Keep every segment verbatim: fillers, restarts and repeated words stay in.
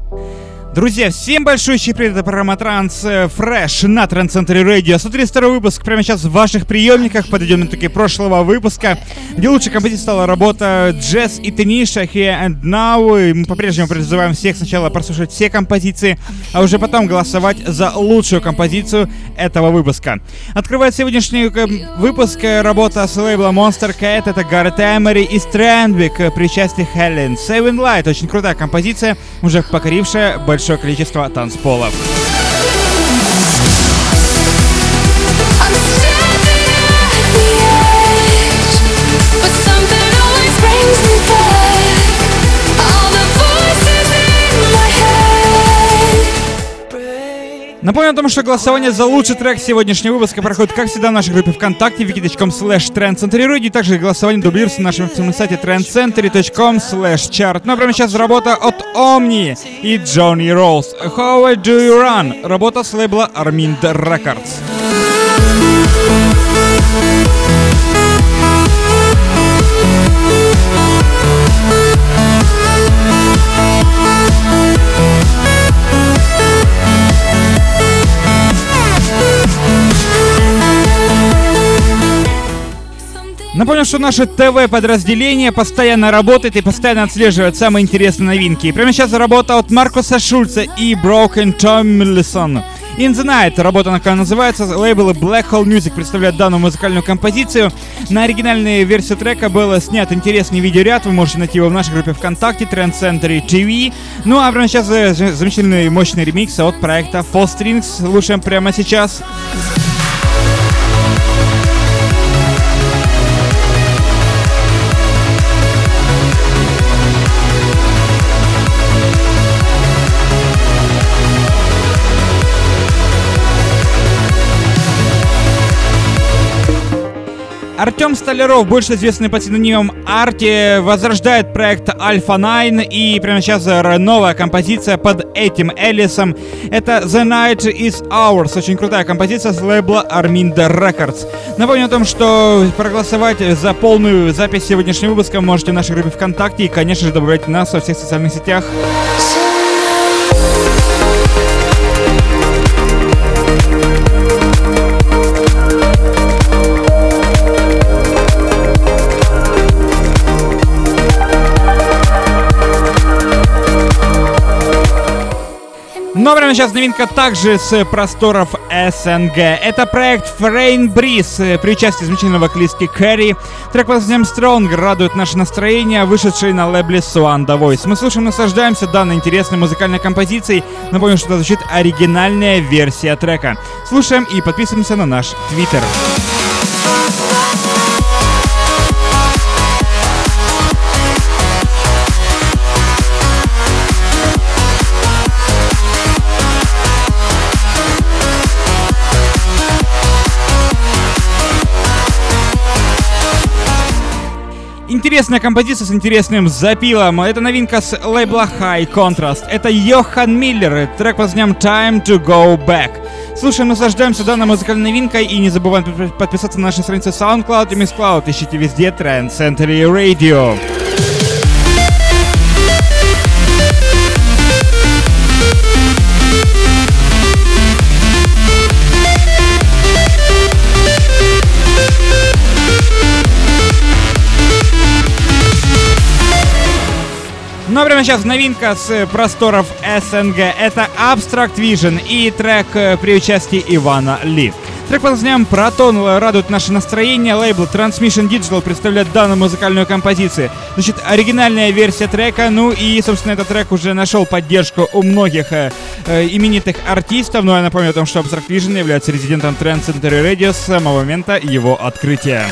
Друзья, всем большущий привет, это программа Транс Фреш на Trance Century Radio. сто тридцать второй выпуск прямо сейчас в ваших приемниках, подойдем таки прошлого выпуска, где лучшей композицией стала работа Jazz и Tanisha Here and Now. И мы по-прежнему призываем всех сначала прослушать все композиции, а уже потом голосовать за лучшую композицию этого выпуска. Открывает сегодняшний выпуск работа с лейбла Monster Cat, это Garrett Emery и Strandwick при участии Helen. Seven Light, очень крутая композиция, уже покорившая большое количество танцполов. Напомню о том, что голосование за лучший трек сегодняшнего выпуска проходит, как всегда, в нашей группе ВКонтакте wiki точка com слэш Trance Century Radio, и также голосование дублируется на нашем официальном сайте trance century точка com слэш chart. Ну а прямо сейчас работа от Omni и Johnny Rolls. How Do You Run? Работа с лейбла Armind Records. Напомню, что наше ТВ-подразделение постоянно работает и постоянно отслеживает самые интересные новинки. И прямо сейчас работа от Маркуса Шульца и Broken Tomlinson. In the Night, работа, на которой называется, лейбл Black Hole Music представляет данную музыкальную композицию. На оригинальной версии трека был снят интересный видеоряд, вы можете найти его в нашей группе ВКонтакте Trance Century ти ви. Ну а прямо сейчас замечательный мощный ремикс от проекта Four Strings, слушаем прямо сейчас. Артем Столяров, больше известный под псевдонимом Арти, возрождает проект Alpha Nine, и прямо сейчас новая композиция под этим элисом. Это The Night Is Ours, очень крутая композиция с лейбла Armind Records. Напомню о том, что проголосовать за полную запись сегодняшнего выпуска можете в нашей группе ВКонтакте и, конечно же, добавляйте нас во всех социальных сетях. Но прямо сейчас новинка также с просторов СНГ. Это проект Foreign Breeze при участии замечательного вокалистки Кэрри. Трек под названием Strong радует наше настроение, вышедший на лейбле Swan The Voice. Мы слушаем, наслаждаемся данной интересной музыкальной композицией. Напомню, что это звучит оригинальная версия трека. Слушаем и подписываемся на наш Твиттер. Интересная композиция с интересным запилом. Это новинка с лейбла High Contrast. Это Йохан Миллер. Трек под названием Time to Go Back. Слушаем, наслаждаемся данной музыкальной новинкой. И не забываем подписаться на наши страницы SoundCloud и MixCloud. Ищите везде Trance Century Radio. Ну а прямо сейчас новинка с просторов СНГ. Это Abstract Vision и трек при участии Ивана Ли. Трек под названием «Протон» радует наше настроение. Лейбл Transmission Digital представляет данную музыкальную композицию. Значит, оригинальная версия трека. Ну и, собственно, этот трек уже нашел поддержку у многих э, именитых артистов. Но я напомню о том, что Abstract Vision является резидентом Trance Century Radio с самого момента его открытия.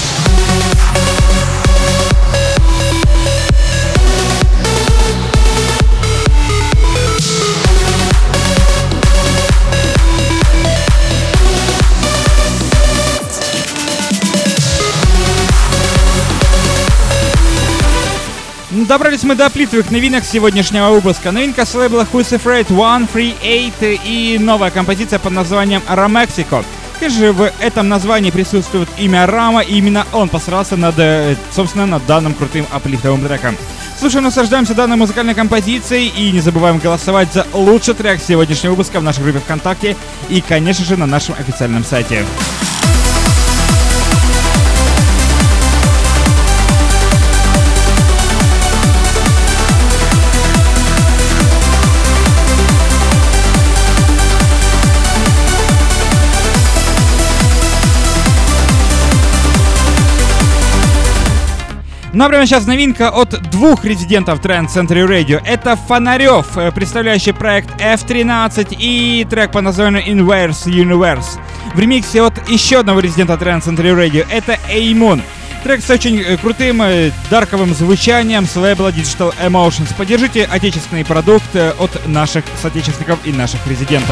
Добрались мы до плитовых новинок сегодняшнего выпуска. Новинка с лейбла Who's Afraid сто тридцать восемь и новая композиция под названием Ramexico. Конечно же, в этом названии присутствует имя Рама, и именно он постарался над, собственно, над данным крутым аплифтовым треком. Слушаем, наслаждаемся данной музыкальной композицией и не забываем голосовать за лучший трек сегодняшнего выпуска в нашей группе ВКонтакте и, конечно же, на нашем официальном сайте. Ну а прямо сейчас новинка от двух резидентов Trance Century Radio. Это Фонарев, представляющий проект эф тринадцать, и трек по названию Inverse Universe. В ремиксе от еще одного резидента Trance Century Radio. Это Эймон. Трек с очень крутым дарковым звучанием с лейбла Digital Emotions. Поддержите отечественный продукт от наших соотечественников и наших резидентов.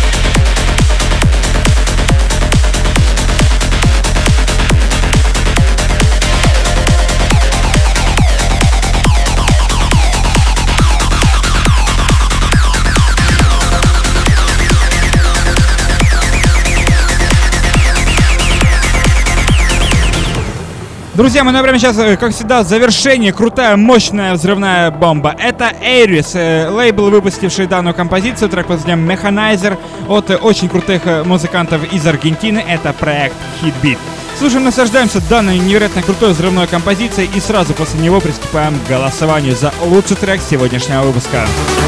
Друзья, мы на время сейчас, как всегда, завершение. Крутая, мощная взрывная бомба. Это Aries, лейбл, выпустивший данную композицию. Трек под названием Mechanizer от очень крутых музыкантов из Аргентины. Это проект Hitbeat. Слушаем, наслаждаемся данной невероятно крутой взрывной композицией. И сразу после него приступаем к голосованию за лучший трек сегодняшнего выпуска.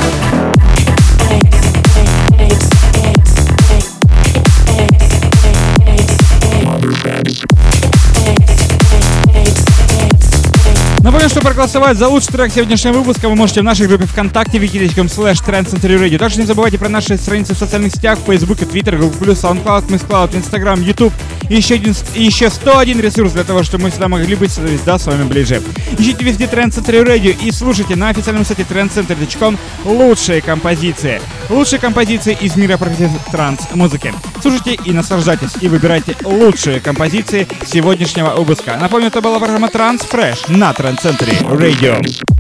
Напомню, что проголосовать за лучший трек сегодняшнего выпуска вы можете в нашей группе ВКонтакте wiki точка com слэш Trance Century Radio. Также не забывайте про наши страницы в социальных сетях: Facebook, Twitter, Google+, SoundCloud, MixCloud, Instagram, YouTube и еще, один, и еще сто один ресурс для того, чтобы мы всегда могли быть всегда с вами ближе. Ищите везде Trance Century Radio и слушайте на официальном сайте трэнс центри точка ком лучшие композиции. Лучшие композиции из мира прогрессивной транс-музыки. Слушайте и наслаждайтесь, и выбирайте лучшие композиции сегодняшнего выпуска. Напомню, это была программа Trance Fresh на Trance Century Radio.